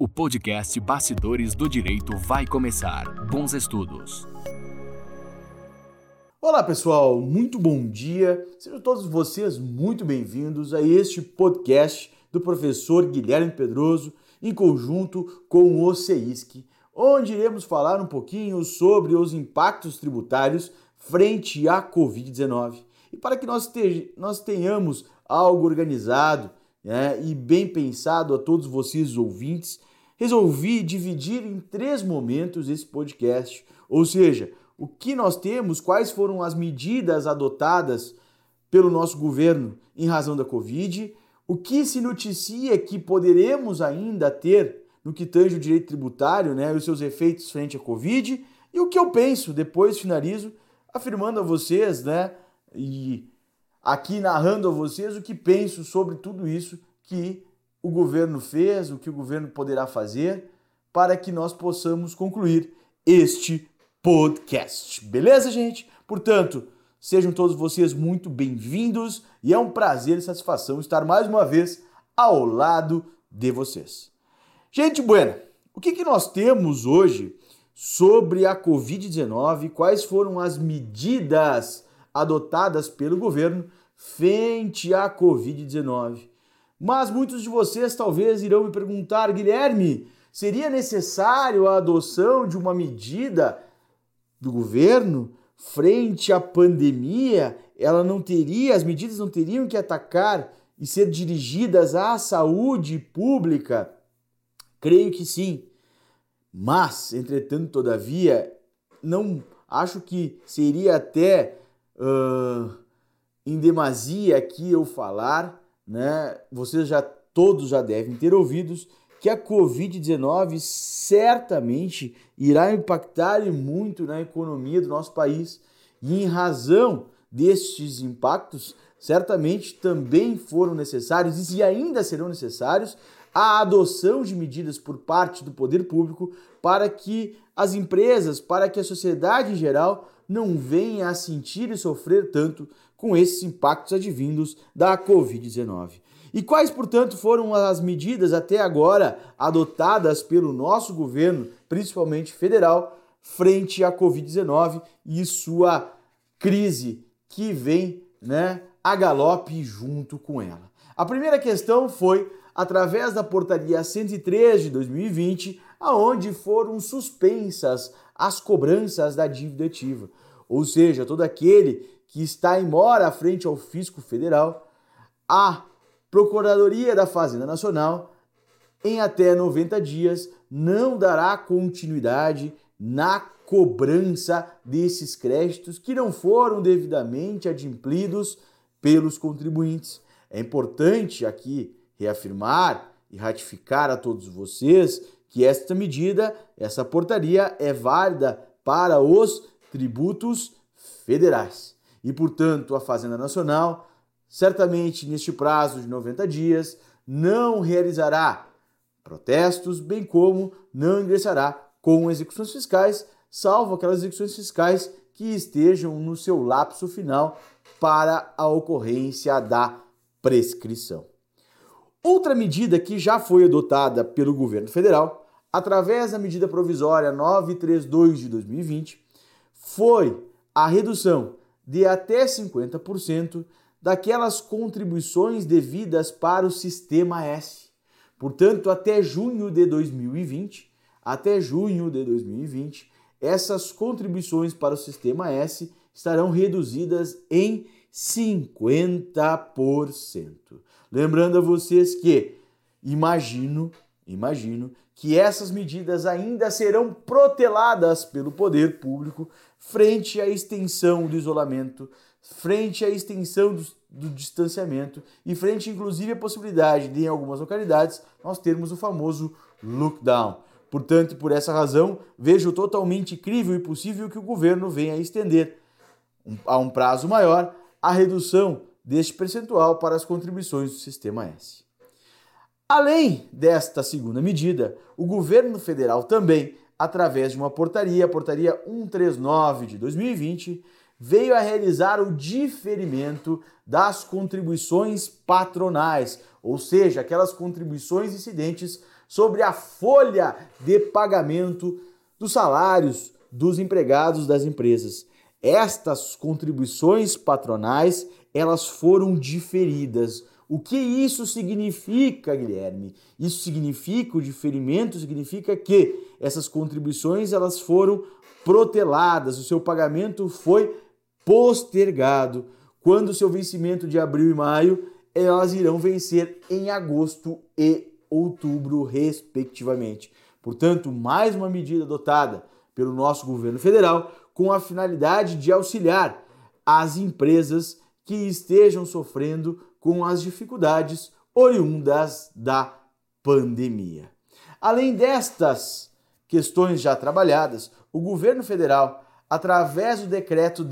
O podcast Bastidores do Direito vai começar. Bons estudos. Olá pessoal, muito bom dia. Sejam todos vocês muito bem-vindos a este podcast do professor Guilherme Pedroso em conjunto com o CEISC, onde iremos falar um pouquinho sobre os impactos tributários frente à Covid-19. E para que nós tenhamos algo organizado, e bem pensado a todos vocês ouvintes, resolvi dividir em 3 momentos esse podcast, ou seja, o que nós temos, quais foram as medidas adotadas pelo nosso governo em razão da Covid, o que se noticia que poderemos ainda ter no que tange o direito tributário, e os seus efeitos frente à Covid, e o que eu penso, depois finalizo afirmando a vocês, e aqui narrando a vocês o que penso sobre tudo isso que o governo fez, o que o governo poderá fazer para que nós possamos concluir este podcast. Beleza, gente? Portanto, sejam todos vocês muito bem-vindos e é um prazer e satisfação estar mais uma vez ao lado de vocês. Gente buena, o que nós temos hoje sobre a Covid-19? Quais foram as medidas adotadas pelo governo frente à Covid-19? Mas muitos de vocês talvez irão me perguntar, Guilherme, seria necessário a adoção de uma medida do governo frente à pandemia? As medidas não teriam que atacar e ser dirigidas à saúde pública? Creio que sim. Mas, entretanto, todavia, não acho que seria até em demasia aqui eu falar, vocês todos já devem ter ouvido que a Covid-19 certamente irá impactar muito na economia do nosso país. E em razão destes impactos, certamente também foram necessários e ainda serão necessários a adoção de medidas por parte do poder público para que as empresas, para que a sociedade em geral não venha a sentir e sofrer tanto com esses impactos advindos da Covid-19. E quais, portanto, foram as medidas até agora adotadas pelo nosso governo, principalmente federal, frente à Covid-19 e sua crise que vem a galope junto com ela? A primeira questão foi através da Portaria 103 de 2020, aonde foram suspensas as cobranças da dívida ativa. Ou seja, todo aquele que está em mora frente ao Fisco Federal, a Procuradoria da Fazenda Nacional, em até 90 dias, não dará continuidade na cobrança desses créditos que não foram devidamente adimplidos pelos contribuintes. É importante aqui reafirmar e ratificar a todos vocês que esta medida, essa portaria é válida para os tributos federais. E, portanto, a Fazenda Nacional, certamente neste prazo de 90 dias, não realizará protestos, bem como não ingressará com execuções fiscais, salvo aquelas execuções fiscais que estejam no seu lapso final para a ocorrência da prescrição. Outra medida que já foi adotada pelo governo federal, através da medida provisória 932 de 2020, foi a redução de até 50% daquelas contribuições devidas para o Sistema S. Portanto, até junho de 2020, essas contribuições para o Sistema S estarão reduzidas em 50%. Lembrando a vocês que imagino que essas medidas ainda serão proteladas pelo poder público frente à extensão do isolamento, frente à extensão do distanciamento e frente, inclusive, à possibilidade de, em algumas localidades, nós termos o famoso lockdown. Portanto, por essa razão, vejo totalmente crível e possível que o governo venha a estender a um prazo maior a redução deste percentual para as contribuições do Sistema S. Além desta segunda medida, o governo federal também, através de uma portaria, a Portaria 139 de 2020, veio a realizar o diferimento das contribuições patronais, ou seja, aquelas contribuições incidentes sobre a folha de pagamento dos salários dos empregados das empresas. Estas contribuições patronais, elas foram diferidas. O que isso significa, Guilherme? Isso significa, o diferimento significa que essas contribuições elas foram proteladas, o seu pagamento foi postergado. Quando o seu vencimento de abril e maio, elas irão vencer em agosto e outubro, respectivamente. Portanto, mais uma medida adotada pelo nosso governo federal com a finalidade de auxiliar as empresas que estejam sofrendo com as dificuldades oriundas da pandemia. Além destas questões já trabalhadas, o governo federal, através do decreto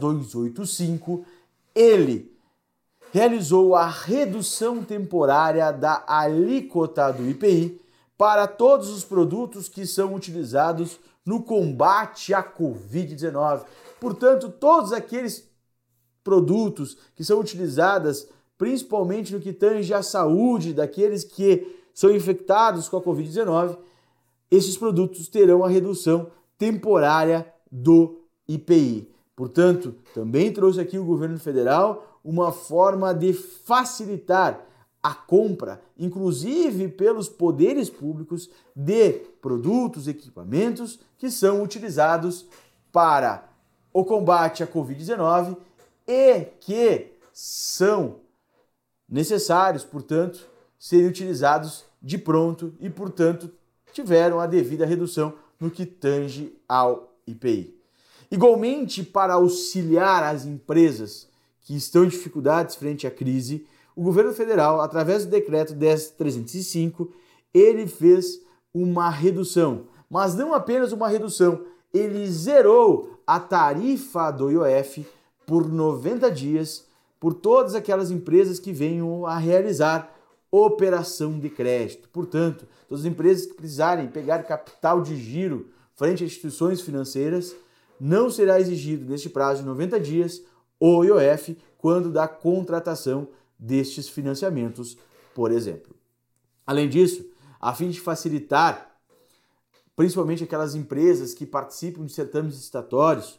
10.285, ele realizou a redução temporária da alíquota do IPI para todos os produtos que são utilizados no combate à Covid-19. Portanto, todos aqueles produtos que são utilizados principalmente no que tange à saúde daqueles que são infectados com a Covid-19, esses produtos terão a redução temporária do IPI. Portanto, também trouxe aqui o governo federal uma forma de facilitar a compra, inclusive pelos poderes públicos, de produtos, equipamentos que são utilizados para o combate à Covid-19 e que são necessários, portanto, serem utilizados de pronto e, portanto, tiveram a devida redução no que tange ao IPI. Igualmente, para auxiliar as empresas que estão em dificuldades frente à crise, o governo federal, através do decreto 10.305, ele fez uma redução, mas não apenas uma redução, ele zerou a tarifa do IOF por 90 dias por todas aquelas empresas que venham a realizar operação de crédito. Portanto, todas as empresas que precisarem pegar capital de giro frente a instituições financeiras, não será exigido neste prazo de 90 dias o IOF quando da contratação destes financiamentos, por exemplo. Além disso, a fim de facilitar, principalmente aquelas empresas que participam de certames licitatórios,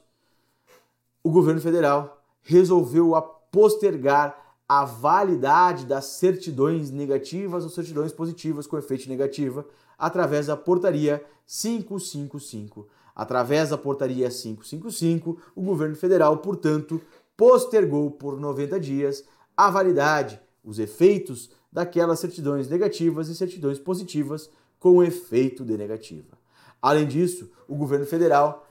o governo federal resolveu postergar a validade das certidões negativas ou certidões positivas com efeito negativa através da portaria 555. Através da portaria 555, o governo federal, portanto, postergou por 90 dias a validade, os efeitos daquelas certidões negativas e certidões positivas com efeito de negativa. Além disso, o governo federal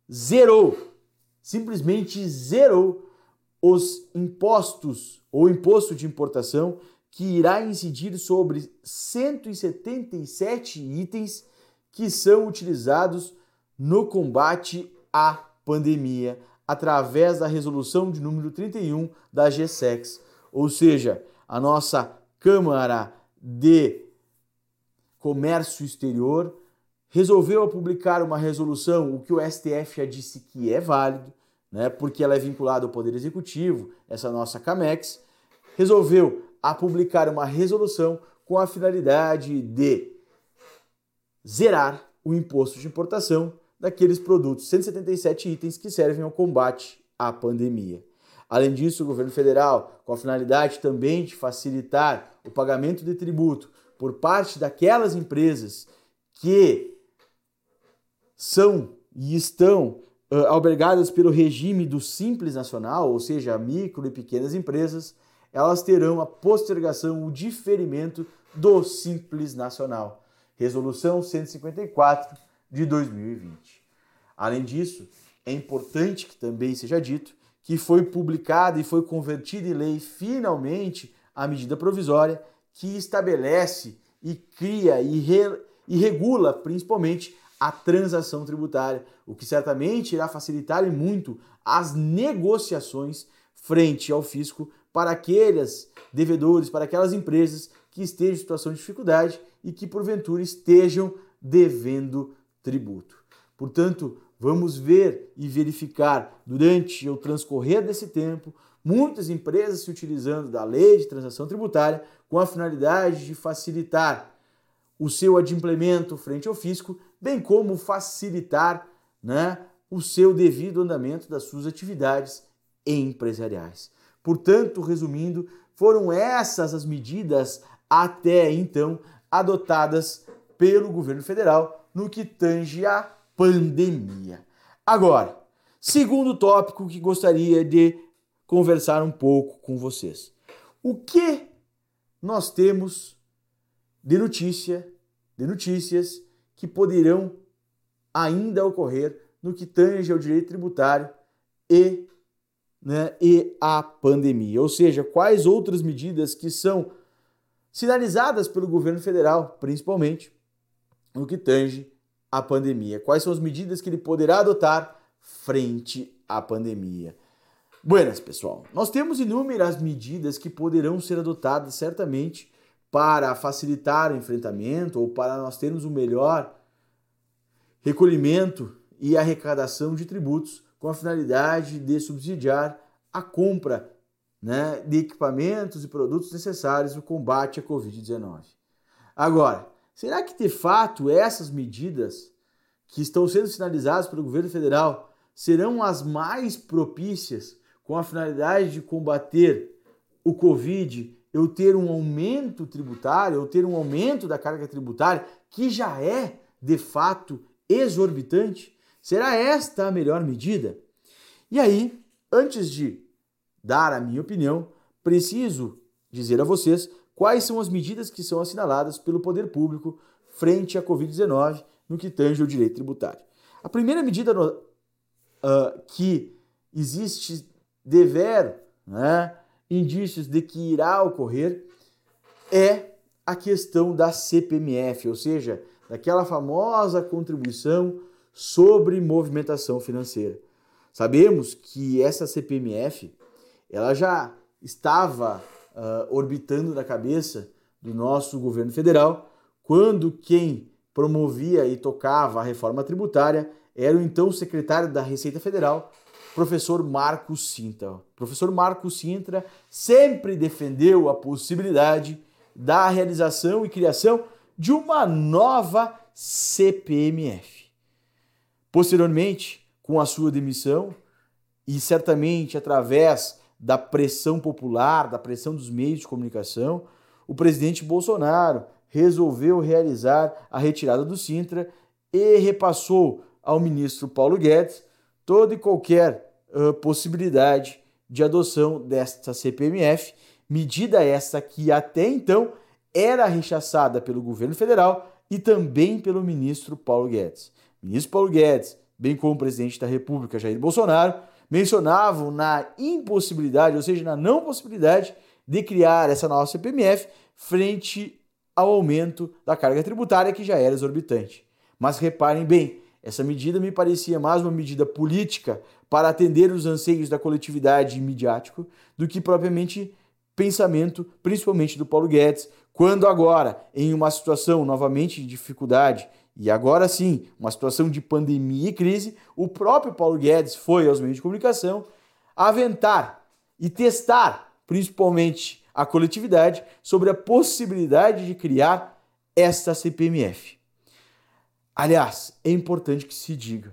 simplesmente zerou os impostos ou imposto de importação que irá incidir sobre 177 itens que são utilizados no combate à pandemia através da resolução de número 31 da GSEX, ou seja, a nossa Câmara de Comércio Exterior resolveu publicar uma resolução, o que o STF já disse que é válido, porque ela é vinculada ao Poder Executivo, essa nossa CAMEX, resolveu publicar uma resolução com a finalidade de zerar o imposto de importação daqueles produtos, 177 itens que servem ao combate à pandemia. Além disso, o governo federal, com a finalidade também de facilitar o pagamento de tributo por parte daquelas empresas que são e estão albergadas pelo regime do Simples Nacional, ou seja, micro e pequenas empresas, elas terão a postergação, o diferimento do Simples Nacional. Resolução 154 de 2020. Além disso, é importante que também seja dito que foi publicada e foi convertida em lei finalmente a medida provisória que estabelece e cria e regula principalmente a transação tributária, o que certamente irá facilitar e muito as negociações frente ao fisco para aqueles devedores, para aquelas empresas que estejam em situação de dificuldade e que porventura estejam devendo tributo. Portanto, vamos ver e verificar durante o transcorrer desse tempo muitas empresas se utilizando da lei de transação tributária com a finalidade de facilitar o seu adimplemento frente ao fisco, bem como facilitar, né, o seu devido andamento das suas atividades empresariais. Portanto, resumindo, foram essas as medidas até então adotadas pelo governo federal no que tange à pandemia. Agora, segundo tópico que gostaria de conversar um pouco com vocês. O que nós temos de notícias que poderão ainda ocorrer no que tange ao direito tributário e a pandemia? Ou seja, quais outras medidas que são sinalizadas pelo governo federal, principalmente no que tange à pandemia? Quais são as medidas que ele poderá adotar frente à pandemia? Buenas, pessoal. Nós temos inúmeras medidas que poderão ser adotadas certamente para facilitar o enfrentamento ou para nós termos um melhor recolhimento e arrecadação de tributos com a finalidade de subsidiar a compra, né, de equipamentos e produtos necessários no combate à Covid-19. Agora, será que de fato essas medidas que estão sendo sinalizadas pelo governo federal serão as mais propícias com a finalidade de combater o Covid, eu ter um aumento tributário, eu ter um aumento da carga tributária que já é de fato exorbitante? Será esta a melhor medida? E aí, antes de dar a minha opinião, preciso dizer a vocês quais são as medidas que são assinaladas pelo poder público frente à Covid-19 no que tange ao direito tributário. A primeira medida que existe indícios de que irá ocorrer é a questão da CPMF, ou seja, daquela famosa contribuição sobre movimentação financeira. Sabemos que essa CPMF ela já estava orbitando na cabeça do nosso governo federal quando quem promovia e tocava a reforma tributária era o então secretário da Receita Federal, professor Marcos Cintra. O professor Marcos Cintra sempre defendeu a possibilidade da realização e criação de uma nova CPMF. Posteriormente, com a sua demissão, e certamente através da pressão popular, da pressão dos meios de comunicação, o presidente Bolsonaro resolveu realizar a retirada do Cintra e repassou ao ministro Paulo Guedes toda e qualquer possibilidade de adoção desta CPMF, medida essa que até então era rechaçada pelo governo federal e também pelo ministro Paulo Guedes. O ministro Paulo Guedes, bem como o presidente da República, Jair Bolsonaro, mencionavam na impossibilidade, ou seja, na não possibilidade de criar essa nova CPMF frente ao aumento da carga tributária que já era exorbitante. Mas reparem bem, essa medida me parecia mais uma medida política para atender os anseios da coletividade midiática do que propriamente pensamento, principalmente do Paulo Guedes, quando agora, em uma situação novamente de dificuldade, e agora sim, uma situação de pandemia e crise, o próprio Paulo Guedes foi aos meios de comunicação aventar e testar, principalmente a coletividade, sobre a possibilidade de criar esta CPMF. Aliás, é importante que se diga,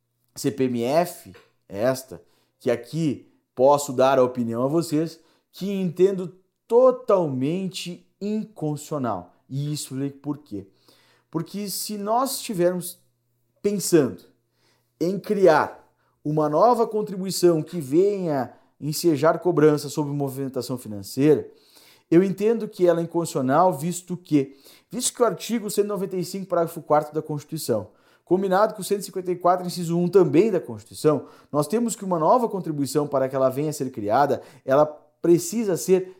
CPMF, esta, que aqui posso dar a opinião a vocês, que entendo totalmente inconstitucional. E isso por quê? Porque se nós estivermos pensando em criar uma nova contribuição que venha ensejar cobrança sobre movimentação financeira, eu entendo que ela é inconstitucional, visto que o artigo 195, parágrafo 4º da Constituição, combinado com o 154, inciso 1 também da Constituição, nós temos que uma nova contribuição, para que ela venha a ser criada, ela precisa ser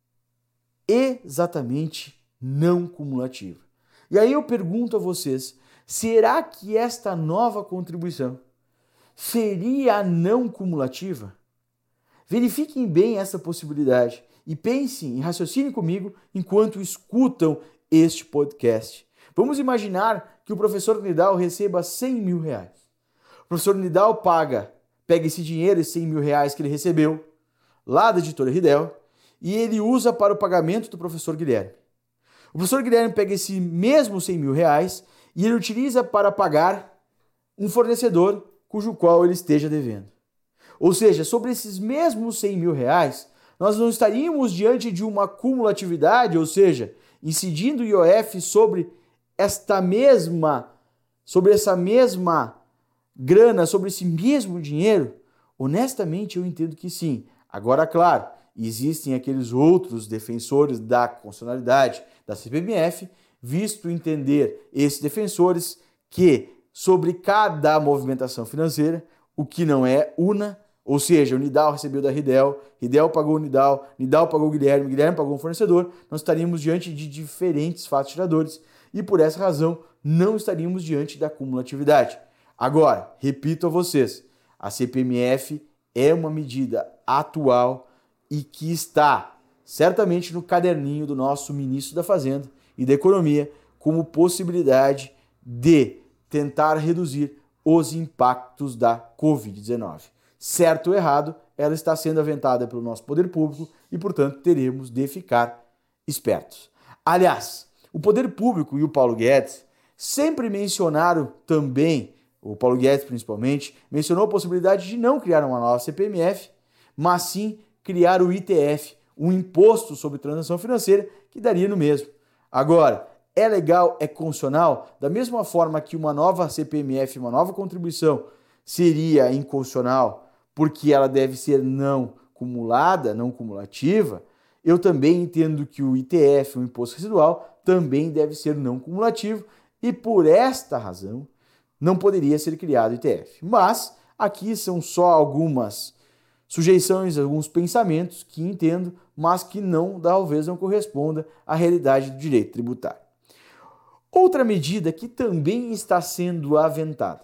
exatamente não cumulativa. E aí eu pergunto a vocês, será que esta nova contribuição seria não cumulativa? Verifiquem bem essa possibilidade e pensem e raciocinem comigo enquanto escutam este podcast. Vamos imaginar que o professor Nidal receba 100 mil reais. O professor Nidal pega esse dinheiro, esses 100 mil reais que ele recebeu lá da editora Ridel, e ele usa para o pagamento do professor Guilherme. O O professor Guilherme pega esse mesmo 100 mil reais e ele utiliza para pagar um fornecedor cujo qual ele esteja devendo. Ou seja, sobre esses mesmos 100 mil reais, nós não estaríamos diante de uma cumulatividade, ou seja, incidindo o IOF sobre essa mesma grana, sobre esse mesmo dinheiro? Honestamente, eu entendo que sim. Agora, claro, existem aqueles outros defensores da constitucionalidade da CPMF, visto entender esses defensores que sobre cada movimentação financeira, o que não é una, ou seja, o Nidal recebeu da Ridel, Ridel pagou o Nidal, Nidal pagou o Guilherme, Guilherme pagou um fornecedor, nós estaríamos diante de diferentes fatos tiradores e por essa razão não estaríamos diante da cumulatividade. Agora, repito a vocês, a CPMF é uma medida atual e que está certamente no caderninho do nosso ministro da Fazenda e da Economia como possibilidade de tentar reduzir os impactos da Covid-19. Certo ou errado, ela está sendo aventada pelo nosso poder público e, portanto, teremos de ficar espertos. Aliás, o poder público e o Paulo Guedes sempre mencionaram também, o Paulo Guedes principalmente, mencionou a possibilidade de não criar uma nova CPMF, mas sim criar o ITF, um imposto sobre transação financeira, que daria no mesmo. Agora, é legal, é constitucional, da mesma forma que uma nova CPMF, uma nova contribuição seria inconstitucional, porque ela deve ser não cumulada, não cumulativa, eu também entendo que o ITF, o Imposto Residual, também deve ser não cumulativo e por esta razão não poderia ser criado o ITF. Mas aqui são só algumas sujeições, alguns pensamentos que entendo, mas que talvez não corresponda à realidade do direito tributário. Outra medida que também está sendo aventada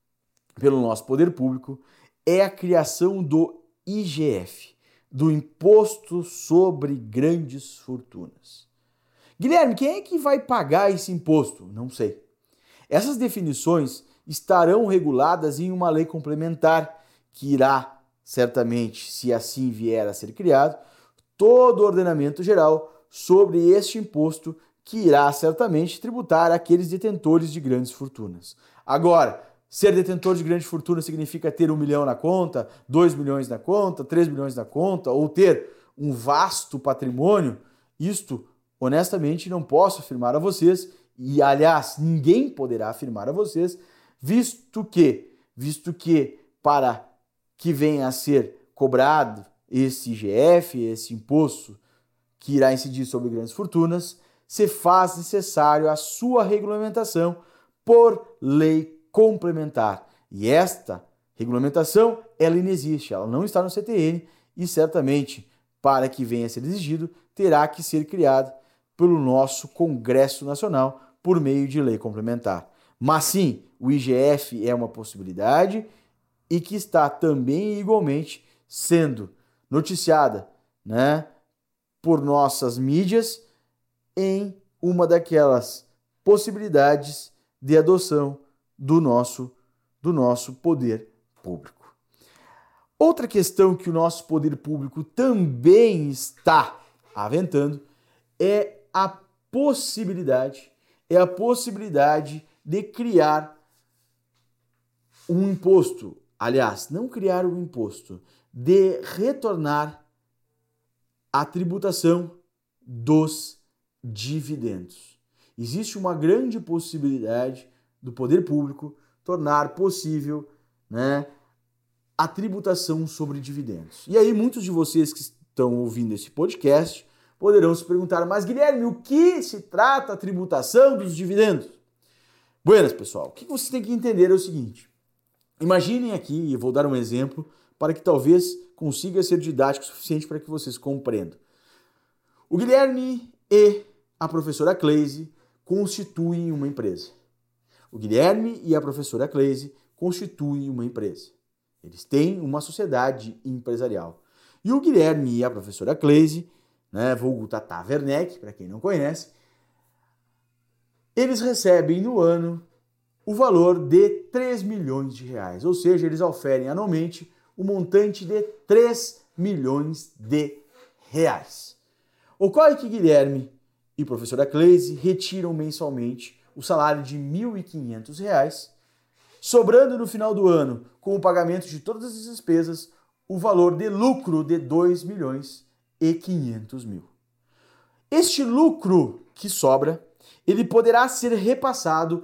pelo nosso poder público é a criação do IGF, do Imposto sobre Grandes Fortunas. Guilherme, quem é que vai pagar esse imposto? Não sei. Essas definições estarão reguladas em uma lei complementar que irá, certamente, se assim vier a ser criado, todo o ordenamento geral sobre este imposto que irá certamente tributar aqueles detentores de grandes fortunas. Agora, ser detentor de grande fortuna significa ter 1 milhão na conta, 2 milhões na conta, 3 milhões na conta, ou ter um vasto patrimônio? Isto, honestamente, não posso afirmar a vocês, e aliás, ninguém poderá afirmar a vocês, visto que para que venha a ser cobrado esse IGF, esse imposto que irá incidir sobre grandes fortunas, se faz necessário a sua regulamentação por lei complementar. E esta regulamentação, ela inexiste, ela não está no CTN e certamente, para que venha a ser exigido, terá que ser criado pelo nosso Congresso Nacional por meio de lei complementar. Mas sim, o IGF é uma possibilidade e que está também igualmente sendo noticiada, por nossas mídias em uma daquelas possibilidades de adoção do nosso poder público. Outra questão que o nosso poder público também está aventando é a possibilidade de criar um imposto, aliás, não criar um imposto, de retornar a tributação dos dividendos. Existe uma grande possibilidade do poder público tornar possível, a tributação sobre dividendos. E aí muitos de vocês que estão ouvindo esse podcast poderão se perguntar, mas Guilherme, o que se trata a tributação dos dividendos? Buenas, pessoal, o que vocês têm que entender é o seguinte, imaginem aqui, e eu vou dar um exemplo para que talvez consiga ser didático o suficiente para que vocês compreendam. O Guilherme e a professora Cleise constituem uma empresa. O Guilherme e a professora Cleise constituem uma empresa. Eles têm uma sociedade empresarial. E o Guilherme e a professora Cleise, vulgo Tata Werneck, para quem não conhece, eles recebem no ano o valor de 3 milhões de reais. Ou seja, eles oferem anualmente o montante de 3 milhões de reais. Ocorre que Guilherme e professora Cleise retiram mensalmente o salário de R$ 1.500, sobrando no final do ano, com o pagamento de todas as despesas, o valor de lucro de R$ 2.500.000. Este lucro que sobra, ele poderá ser repassado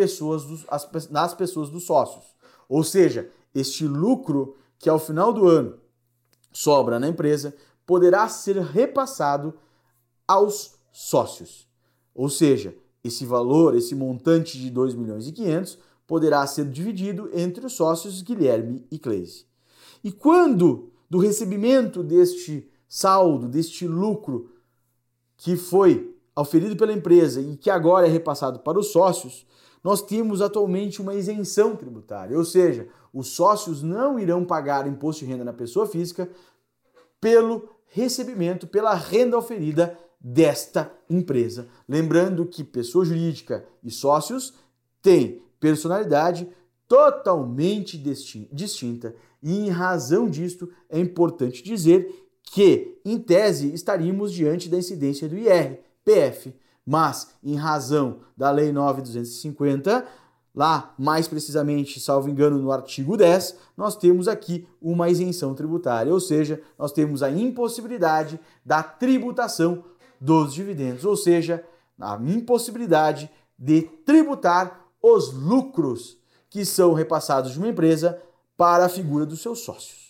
nas pessoas dos sócios. Ou seja, este lucro que ao final do ano sobra na empresa poderá ser repassado aos sócios. Ou seja, esse valor, esse montante de R$ 2.500.000 poderá ser dividido entre os sócios Guilherme e Cleise. E quando do recebimento deste saldo, deste lucro que foi auferido pela empresa e que agora é repassado para os sócios, nós temos atualmente uma isenção tributária, ou seja, os sócios não irão pagar imposto de renda na pessoa física pelo recebimento, pela renda oferida desta empresa. Lembrando que pessoa jurídica e sócios têm personalidade totalmente distinta e, em razão disto, é importante dizer que, em tese, estaríamos diante da incidência do IR/PF, mas, em razão da Lei 9.250, lá, mais precisamente, salvo engano, no artigo 10, nós temos aqui uma isenção tributária, ou seja, nós temos a impossibilidade da tributação dos dividendos, ou seja, a impossibilidade de tributar os lucros que são repassados de uma empresa para a figura dos seus sócios.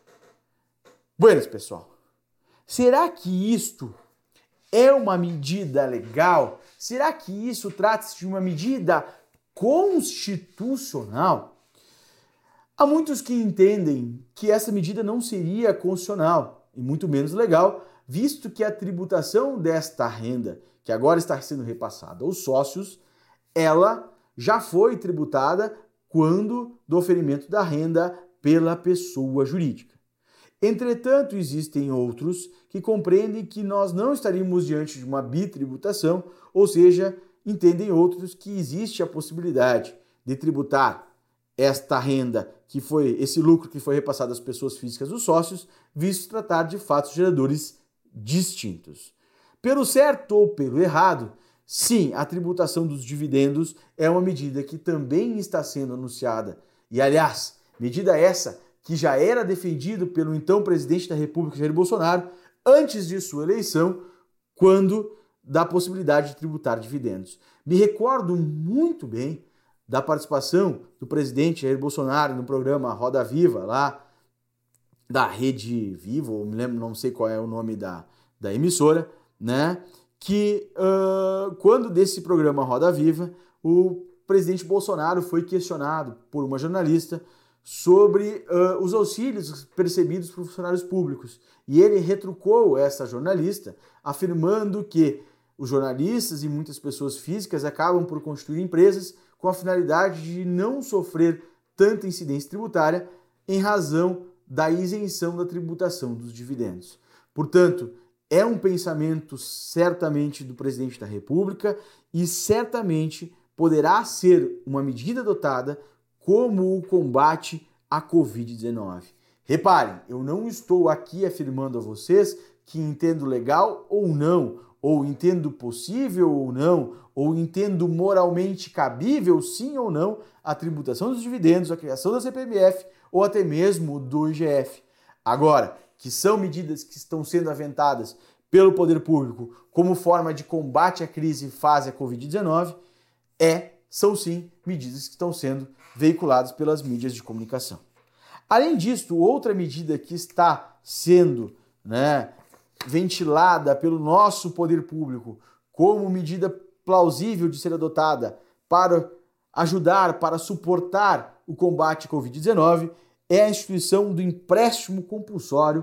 Buenas, pessoal. Será que isto é uma medida legal? Será que isso trata-se de uma medida constitucional? Há muitos que entendem que essa medida não seria constitucional e muito menos legal, visto que a tributação desta renda, que agora está sendo repassada aos sócios, ela já foi tributada quando do oferimento da renda pela pessoa jurídica. Entretanto, existem outros que compreendem que nós não estaríamos diante de uma bitributação, ou seja, entendem outros que existe a possibilidade de tributar esta renda, que foi esse lucro que foi repassado às pessoas físicas dos sócios, visto tratar de fatos geradores distintos. Pelo certo ou pelo errado, sim, a tributação dos dividendos é uma medida que também está sendo anunciada. E, aliás, medida essa que já era defendido pelo então presidente da República, Jair Bolsonaro, antes de sua eleição, quando da possibilidade de tributar dividendos. Me recordo muito bem da participação do presidente Jair Bolsonaro no programa Roda Viva, lá da Rede Viva, ou me lembro, não sei qual é o nome da emissora, né? Que quando desse programa Roda Viva, o presidente Bolsonaro foi questionado por uma jornalista sobre os auxílios percebidos por funcionários públicos. E ele retrucou essa jornalista, afirmando que os jornalistas e muitas pessoas físicas acabam por constituir empresas com a finalidade de não sofrer tanta incidência tributária em razão da isenção da tributação dos dividendos. Portanto, é um pensamento certamente do presidente da República e certamente poderá ser uma medida adotada como o combate à Covid-19. Reparem, eu não estou aqui afirmando a vocês que entendo legal ou não, ou entendo possível ou não, ou entendo moralmente cabível, sim ou não, a tributação dos dividendos, a criação da CPMF ou até mesmo do IGF. Agora, que são medidas que estão sendo aventadas pelo poder público como forma de combate à crise fase à Covid-19, são sim medidas que estão sendo veiculadas pelas mídias de comunicação. Além disso, outra medida que está sendo ventilada pelo nosso poder público como medida plausível de ser adotada para ajudar, para suportar o combate à Covid-19, é a instituição do empréstimo compulsório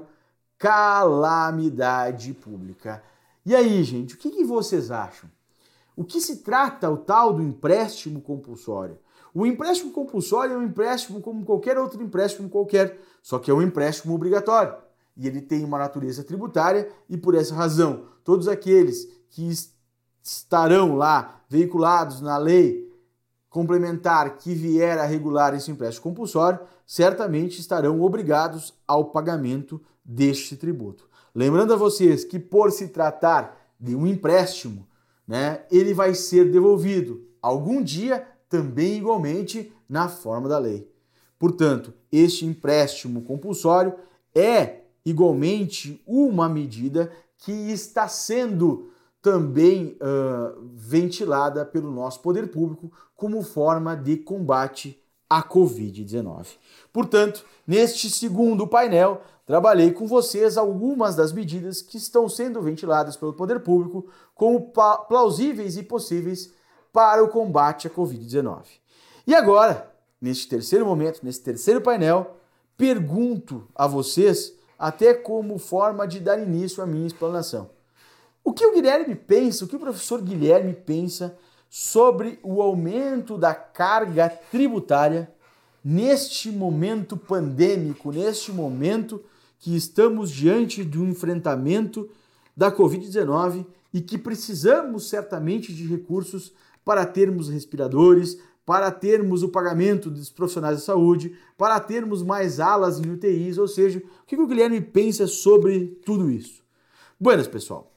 calamidade pública. E aí, gente, o que vocês acham? O que se trata o tal do empréstimo compulsório? O empréstimo compulsório é um empréstimo como qualquer outro empréstimo qualquer, só que é um empréstimo obrigatório. E ele tem uma natureza tributária e, por essa razão, todos aqueles que estarão lá veiculados na lei complementar que vier a regular esse empréstimo compulsório, certamente estarão obrigados ao pagamento deste tributo. Lembrando a vocês que, por se tratar de um empréstimo, né, ele vai ser devolvido algum dia, também igualmente na forma da lei. Portanto, este empréstimo compulsório é igualmente uma medida que está sendo também ventilada pelo nosso poder público como forma de combate à Covid-19. Portanto, neste segundo painel, trabalhei com vocês algumas das medidas que estão sendo ventiladas pelo poder público como plausíveis e possíveis para o combate à Covid-19. E agora, neste terceiro momento, nesse terceiro painel, pergunto a vocês, até como forma de dar início à minha explanação. O que o Guilherme pensa, o que o professor Guilherme pensa sobre o aumento da carga tributária neste momento pandêmico, neste momento que estamos diante do enfrentamento da Covid-19 e que precisamos certamente de recursos para termos respiradores, para termos o pagamento dos profissionais de saúde, para termos mais alas em UTIs, ou seja, o que o Guilherme pensa sobre tudo isso? Buenas, pessoal.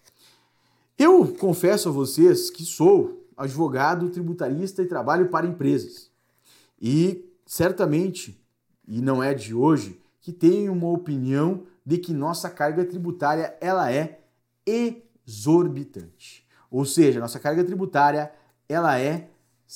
Eu confesso a vocês que sou advogado tributarista e trabalho para empresas. E certamente, e não é de hoje, que tenho uma opinião de que nossa carga tributária ela é exorbitante. Ou seja, nossa carga tributária ela é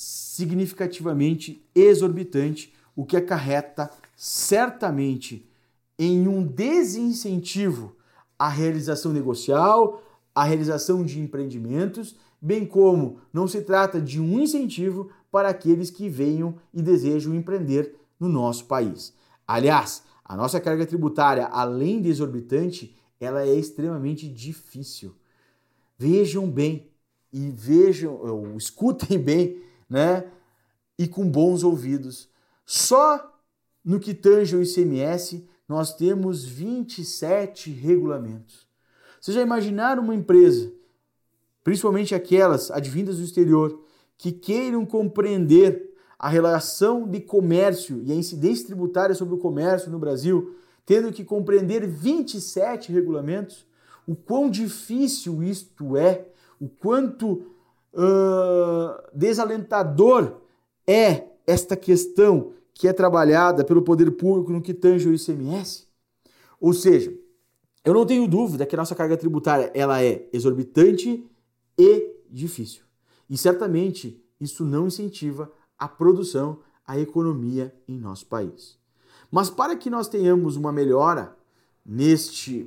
significativamente exorbitante, o que acarreta certamente em um desincentivo à realização negocial, à realização de empreendimentos, bem como não se trata de um incentivo para aqueles que venham e desejam empreender no nosso país. Aliás, a nossa carga tributária, além de exorbitante, ela é extremamente difícil. Vejam bem e escutem bem, né? E com bons ouvidos. Só no que tange ao ICMS, nós temos 27 regulamentos. Vocês já imaginaram uma empresa, principalmente aquelas advindas do exterior, que queiram compreender a relação de comércio e a incidência tributária sobre o comércio no Brasil, tendo que compreender 27 regulamentos? O quão difícil isto é, o quanto desalentador é esta questão que é trabalhada pelo poder público no que tange ao ICMS? Ou seja, eu não tenho dúvida que a nossa carga tributária ela é exorbitante e difícil. E certamente isso não incentiva a produção, a economia em nosso país. Mas para que nós tenhamos uma melhora neste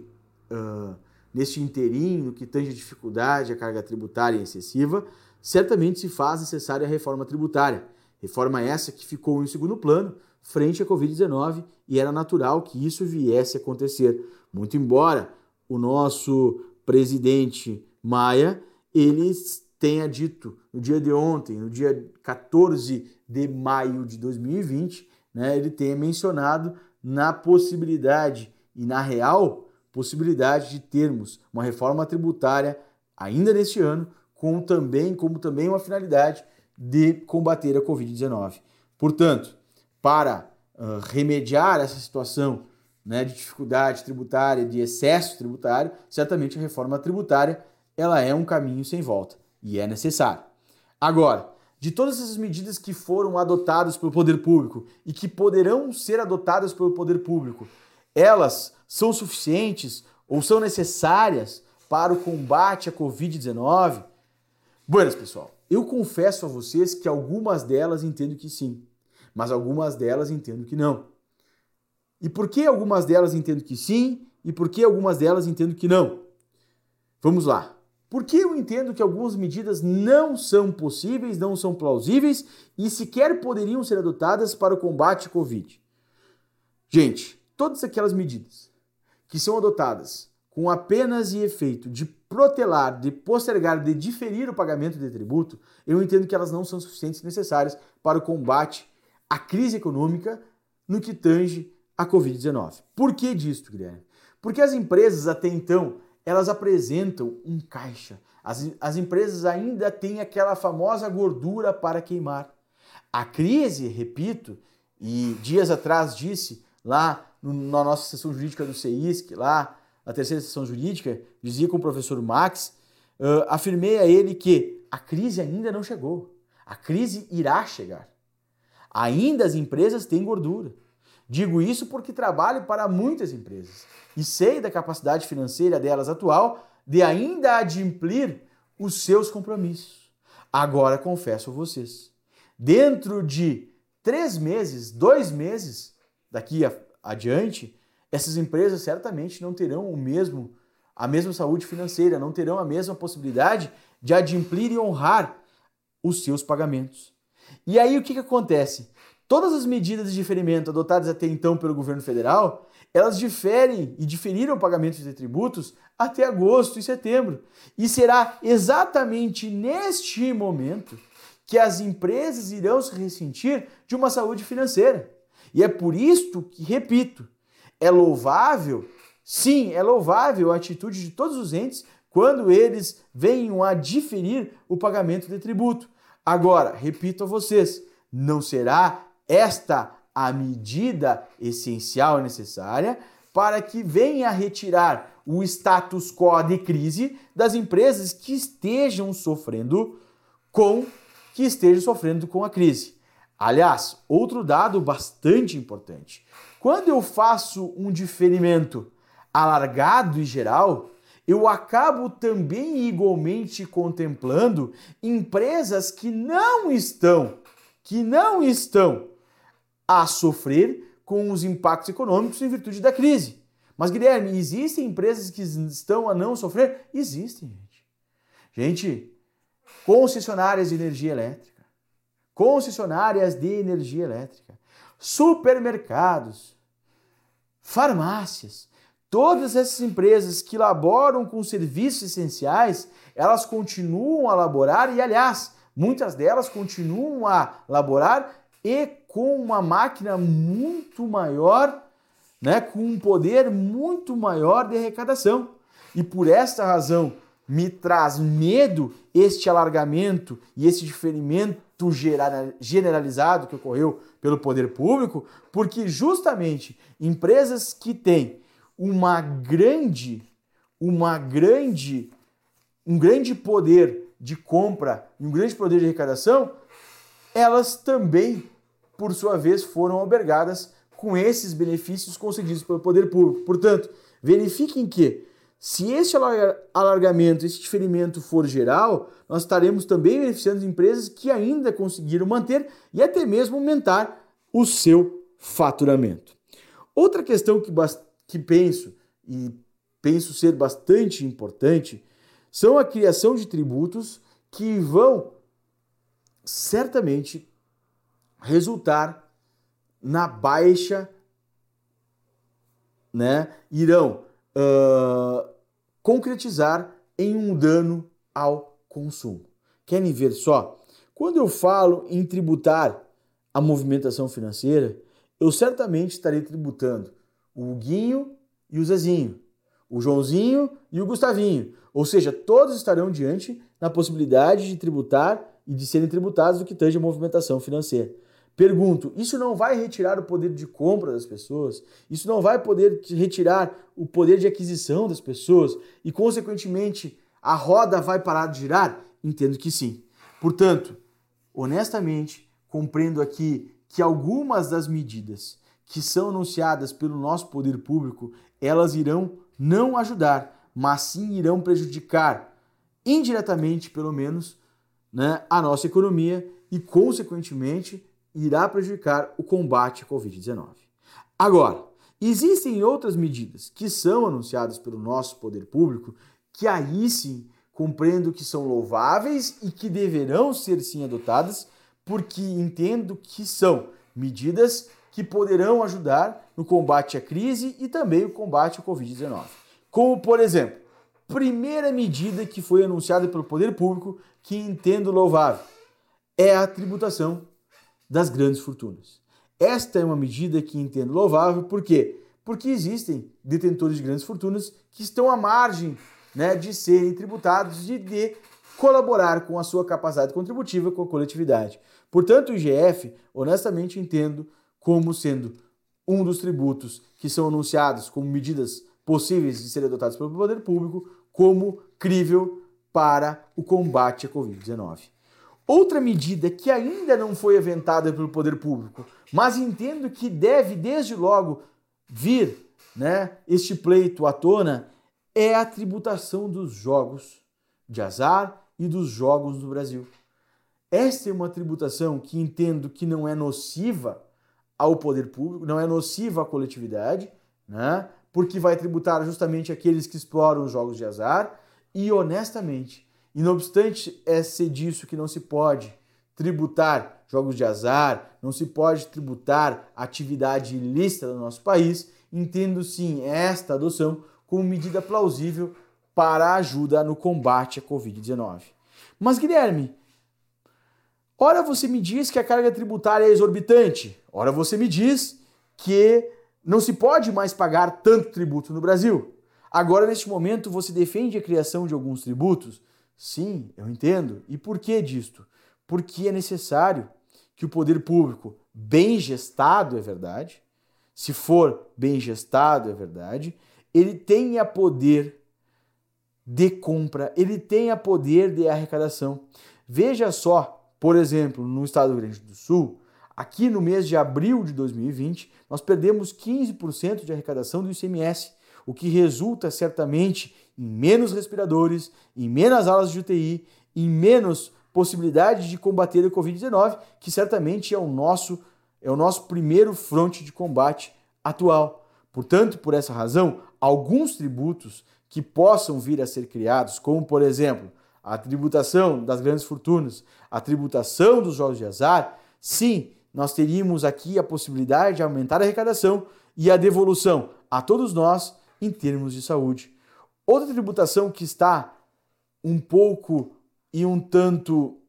inteirinho, no que tange a dificuldade, a carga tributária excessiva, certamente se faz necessária a reforma tributária. Reforma essa que ficou em segundo plano frente à Covid-19 e era natural que isso viesse a acontecer. Muito embora o nosso presidente Maia, ele tenha dito no dia de ontem, no dia 14 de maio de 2020, né, ele tenha mencionado na possibilidade e na real possibilidade de termos uma reforma tributária ainda neste ano, como também uma finalidade de combater a Covid-19. Portanto, para remediar essa situação, né, de dificuldade tributária, de excesso tributário, certamente a reforma tributária ela é um caminho sem volta e é necessário. Agora, de todas essas medidas que foram adotadas pelo poder público e que poderão ser adotadas pelo poder público, elas são suficientes ou são necessárias para o combate à Covid-19? Buenas, pessoal, eu confesso a vocês que algumas delas entendo que sim, mas algumas delas entendo que não. E por que algumas delas entendo que sim e por que algumas delas entendo que não? Vamos lá. Por que eu entendo que algumas medidas não são possíveis, não são plausíveis e sequer poderiam ser adotadas para o combate à Covid? Gente, todas aquelas medidas que são adotadas com apenas e efeito de protelar, de postergar, de diferir o pagamento de tributo, eu entendo que elas não são suficientes e necessárias para o combate à crise econômica no que tange a Covid-19. Por que disso, Guilherme? Porque as empresas até então, elas apresentam um caixa. As empresas ainda têm aquela famosa gordura para queimar. A crise, repito, e dias atrás disse lá na nossa sessão jurídica do CEISC, lá na terceira sessão jurídica, dizia com o professor Max, afirmei a ele que a crise ainda não chegou. A crise irá chegar. Ainda as empresas têm gordura. Digo isso porque trabalho para muitas empresas e sei da capacidade financeira delas atual de ainda adimplir os seus compromissos. Agora confesso a vocês, dentro de 3 meses, 2 meses, daqui adiante, essas empresas certamente não terão a mesma saúde financeira, não terão a mesma possibilidade de adimplir e honrar os seus pagamentos. E aí o que acontece? Todas as medidas de diferimento adotadas até então pelo governo federal, elas diferiram o pagamento de tributos até agosto e setembro. E será exatamente neste momento que as empresas irão se ressentir de uma saúde financeira. E é por isto que, repito, é louvável, sim, é louvável a atitude de todos os entes quando eles venham a diferir o pagamento de tributo. Agora, repito a vocês, não será esta a medida essencial e necessária para que venha a retirar o status quo de crise das empresas que estejam sofrendo com a crise. Aliás, outro dado bastante importante. Quando eu faço um diferimento alargado e geral, eu acabo também igualmente contemplando empresas que não estão a sofrer com os impactos econômicos em virtude da crise. Mas, Guilherme, existem empresas que estão a não sofrer? Existem, gente. Gente, concessionárias de energia elétrica, supermercados, farmácias, todas essas empresas que laboram com serviços essenciais, elas continuam a laborar e, aliás, muitas delas continuam a laborar e com uma máquina muito maior, né, com um poder muito maior de arrecadação. E por esta razão me traz medo este alargamento e esse diferimento generalizado que ocorreu pelo poder público, porque justamente empresas que têm um grande poder de compra e um grande poder de arrecadação, elas também, por sua vez, foram albergadas com esses benefícios concedidos pelo poder público. Portanto, verifiquem que, se este alargamento, esse diferimento for geral, nós estaremos também beneficiando empresas que ainda conseguiram manter e até mesmo aumentar o seu faturamento. Outra questão que penso ser bastante importante são a criação de tributos que vão certamente resultar na baixa, né? Irão concretizar em um dano ao consumo. Querem ver só? Quando eu falo em tributar a movimentação financeira, eu certamente estarei tributando o Guinho e o Zezinho, o Joãozinho e o Gustavinho. Ou seja, todos estarão diante da possibilidade de tributar e de serem tributados do que tange a movimentação financeira. Pergunto, isso não vai retirar o poder de compra das pessoas? Isso não vai poder retirar o poder de aquisição das pessoas? E, consequentemente, a roda vai parar de girar? Entendo que sim. Portanto, honestamente, compreendo aqui que algumas das medidas que são anunciadas pelo nosso poder público, elas irão não ajudar, mas sim irão prejudicar, indiretamente pelo menos, né, a nossa economia e, consequentemente, irá prejudicar o combate à Covid-19. Agora, existem outras medidas que são anunciadas pelo nosso poder público que aí sim compreendo que são louváveis e que deverão ser sim adotadas, porque entendo que são medidas que poderão ajudar no combate à crise e também o combate à Covid-19. Como, por exemplo, primeira medida que foi anunciada pelo poder público que entendo louvável é a tributação das grandes fortunas. Esta é uma medida que entendo louvável, por quê? Porque existem detentores de grandes fortunas que estão à margem, né, de serem tributados e de colaborar com a sua capacidade contributiva com a coletividade. Portanto, o IGF, honestamente, entendo como sendo um dos tributos que são anunciados como medidas possíveis de serem adotadas pelo poder público, como crível para o combate à Covid-19. Outra medida que ainda não foi aventada pelo poder público, mas entendo que deve desde logo vir, este pleito à tona, é a tributação dos jogos de azar e dos jogos no Brasil. Esta é uma tributação que entendo que não é nociva ao poder público, não é nociva à coletividade, porque vai tributar justamente aqueles que exploram os jogos de azar e, honestamente, e não obstante ser disso que não se pode tributar jogos de azar, não se pode tributar atividade ilícita no nosso país, entendo sim esta adoção como medida plausível para a ajuda no combate à Covid-19. Mas, Guilherme, ora você me diz que a carga tributária é exorbitante, ora você me diz que não se pode mais pagar tanto tributo no Brasil. Agora, neste momento, você defende a criação de alguns tributos? Sim, eu entendo. E por que disto? Porque é necessário que o poder público, bem gestado, é verdade, se for bem gestado, é verdade, ele tenha poder de compra, ele tenha poder de arrecadação. Veja só, por exemplo, no estado do Rio Grande do Sul, aqui no mês de abril de 2020, nós perdemos 15% de arrecadação do ICMS, o que resulta certamente em menos respiradores, em menos aulas de UTI, em menos possibilidade de combater a Covid-19, que certamente é o nosso primeiro fronte de combate atual. Portanto, por essa razão, alguns tributos que possam vir a ser criados, como, por exemplo, a tributação das grandes fortunas, a tributação dos jogos de azar, sim, nós teríamos aqui a possibilidade de aumentar a arrecadação e a devolução a todos nós em termos de saúde. Outra tributação que está um pouco e um tanto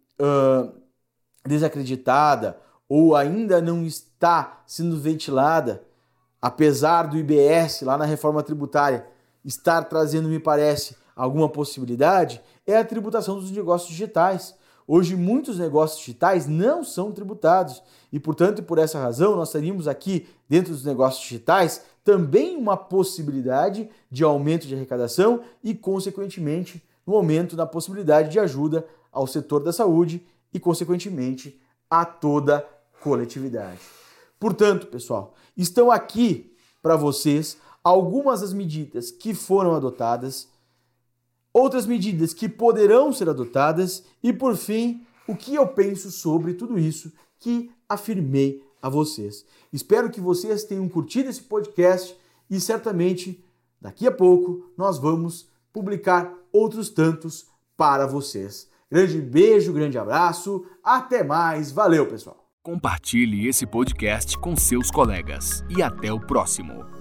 desacreditada ou ainda não está sendo ventilada, apesar do IBS lá na reforma tributária estar trazendo, me parece, alguma possibilidade, é a tributação dos negócios digitais. Hoje, muitos negócios digitais não são tributados e, portanto, por essa razão, nós teríamos aqui, dentro dos negócios digitais, também uma possibilidade de aumento de arrecadação e, consequentemente, no aumento da possibilidade de ajuda ao setor da saúde e, consequentemente, a toda a coletividade. Portanto, pessoal, estão aqui para vocês algumas das medidas que foram adotadas, outras medidas que poderão ser adotadas e, por fim, o que eu penso sobre tudo isso que afirmei a vocês. Espero que vocês tenham curtido esse podcast e certamente daqui a pouco nós vamos publicar outros tantos para vocês. Grande beijo, grande abraço, até mais, valeu pessoal! Compartilhe esse podcast com seus colegas e até o próximo.